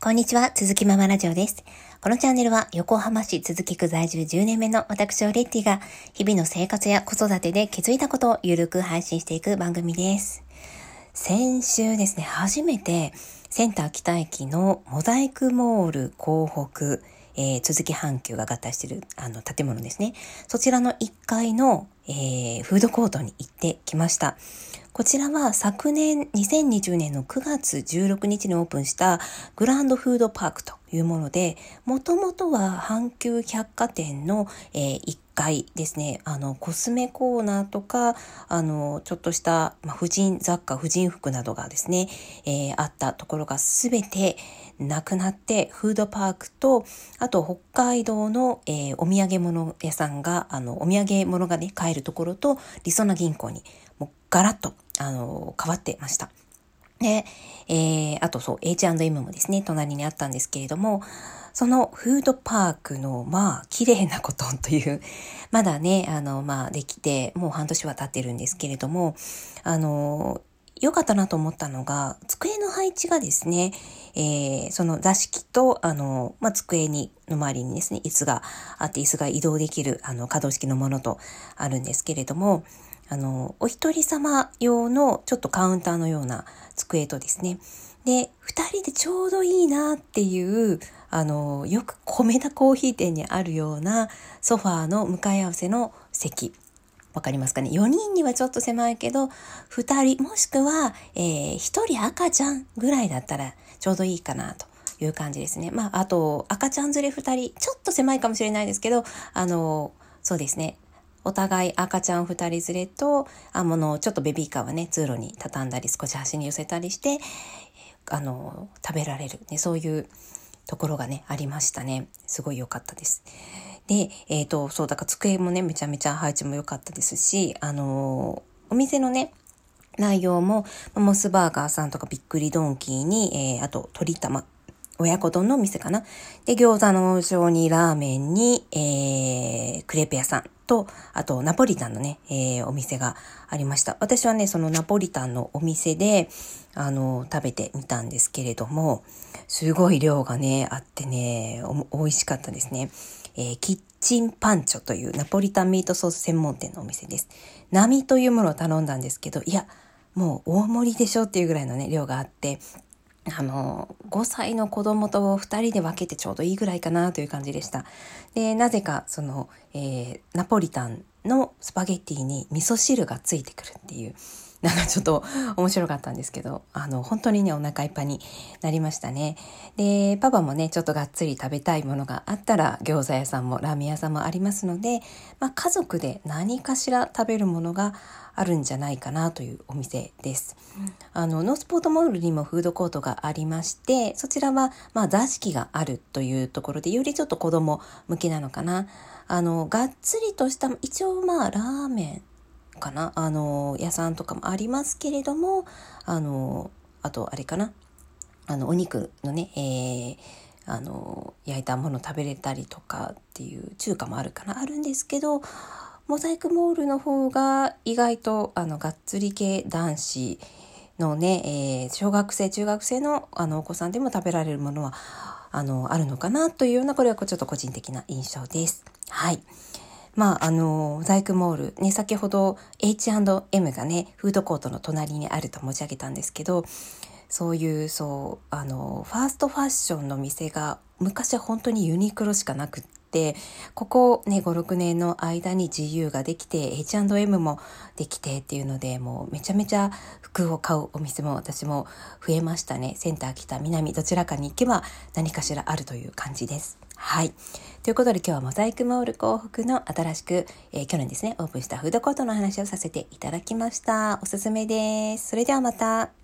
こんにちは、鈴木ママラジオです。このチャンネルは横浜市都筑区在住10年目の私オレッティが日々の生活や子育てで気づいたことをゆるく配信していく番組です。先週ですね、初めてセンター北駅のモザイクモール港北、都筑阪急が合体している建物ですね。そちらの1階の、フードコートに行ってきました。こちらは昨年2020年の9月16日にオープンしたグランドフードパークというもので、もともとは阪急百貨店の、1階ですね、コスメコーナーとか、ちょっとした、婦人雑貨、婦人服などがですね、あったところがすべてなくなって、フードパークと、あと北海道の、お土産物屋さんが、お土産物がね、買えるところと、りそな銀行に、もうガラッと、変わってました。で、あとそう、H&M もですね、隣にあったんですけれども、そのフードパークの、綺麗なことという、まだね、できて、もう半年は経ってるんですけれども、良かったなと思ったのが、机の配置がですね、その座敷と、机の周りにですね、椅子があって、椅子が移動できる、可動式のものとあるんですけれども、お一人様用のちょっとカウンターのような机とですね。で、二人でちょうどいいなっていう、よく米田コーヒー店にあるようなソファーの向かい合わせの席。わかりますかね？ 4 人にはちょっと狭いけど、2人もしくは、1人赤ちゃんぐらいだったらちょうどいいかなという感じですね。あと赤ちゃん連れ2人、ちょっと狭いかもしれないですけど、そうですね。お互い赤ちゃん2人連れと、ちょっとベビーカーはね、通路に畳んだり少し端に寄せたりして、食べられる、ね、そういうところがね、ありましたね。すごい良かったです。で、そう、だから机もね、めちゃめちゃ配置も良かったですし、お店のね、内容も、モスバーガーさんとかびっくりドンキーに、あと、鶏玉、親子丼のお店かな。で、餃子の王将にラーメンに、クレープ屋さんと、あとナポリタンのね、お店がありました。私はね、そのナポリタンのお店で、食べてみたんですけれども、すごい量がね、あってね、美味しかったですね。キッチンパンチョというナポリタンミートソース専門店のお店です。並というものを頼んだんですけど、いや、もう大盛りでしょっていうぐらいのね、量があって、5歳の子供と2人で分けてちょうどいいぐらいかなという感じでした。で、なぜかその、ナポリタンのスパゲッティに味噌汁がついてくるっていう、ちょっと面白かったんですけど、本当にね、お腹いっぱいになりましたね。で、パパもね、ちょっとがっつり食べたいものがあったら、餃子屋さんもラーメン屋さんもありますので、家族で何かしら食べるものがあるんじゃないかなというお店です。ノースポートモールにもフードコートがありまして、そちらは座敷があるというところで、よりちょっと子供向けなのかな。がっつりとした一応ラーメンかな、屋さんとかもありますけれども、あとあれかな、お肉のね、焼いたもの食べれたりとかっていう中華もあるんですけど、モザイクモールの方が意外とがっつり系男子のね、小学生中学生のお子さんでも食べられるものはあるのかなというような、これはちょっと個人的な印象です。はい。モザイクモールね、先ほど H&M がね、フードコートの隣にあると申し上げたんですけど、そういう、ファーストファッションの店が昔は本当にユニクロしかなくって、ここね、5、6年の間に GU ができて、H&M もできてっていうので、もうめちゃめちゃ服を買うお店も私も増えましたね。センター、北、南、どちらかに行けば何かしらあるという感じです。はい。ということで今日はモザイクモール港北の新しく、去年ですね、オープンしたフードコートの話をさせていただきました。おすすめです。それではまた。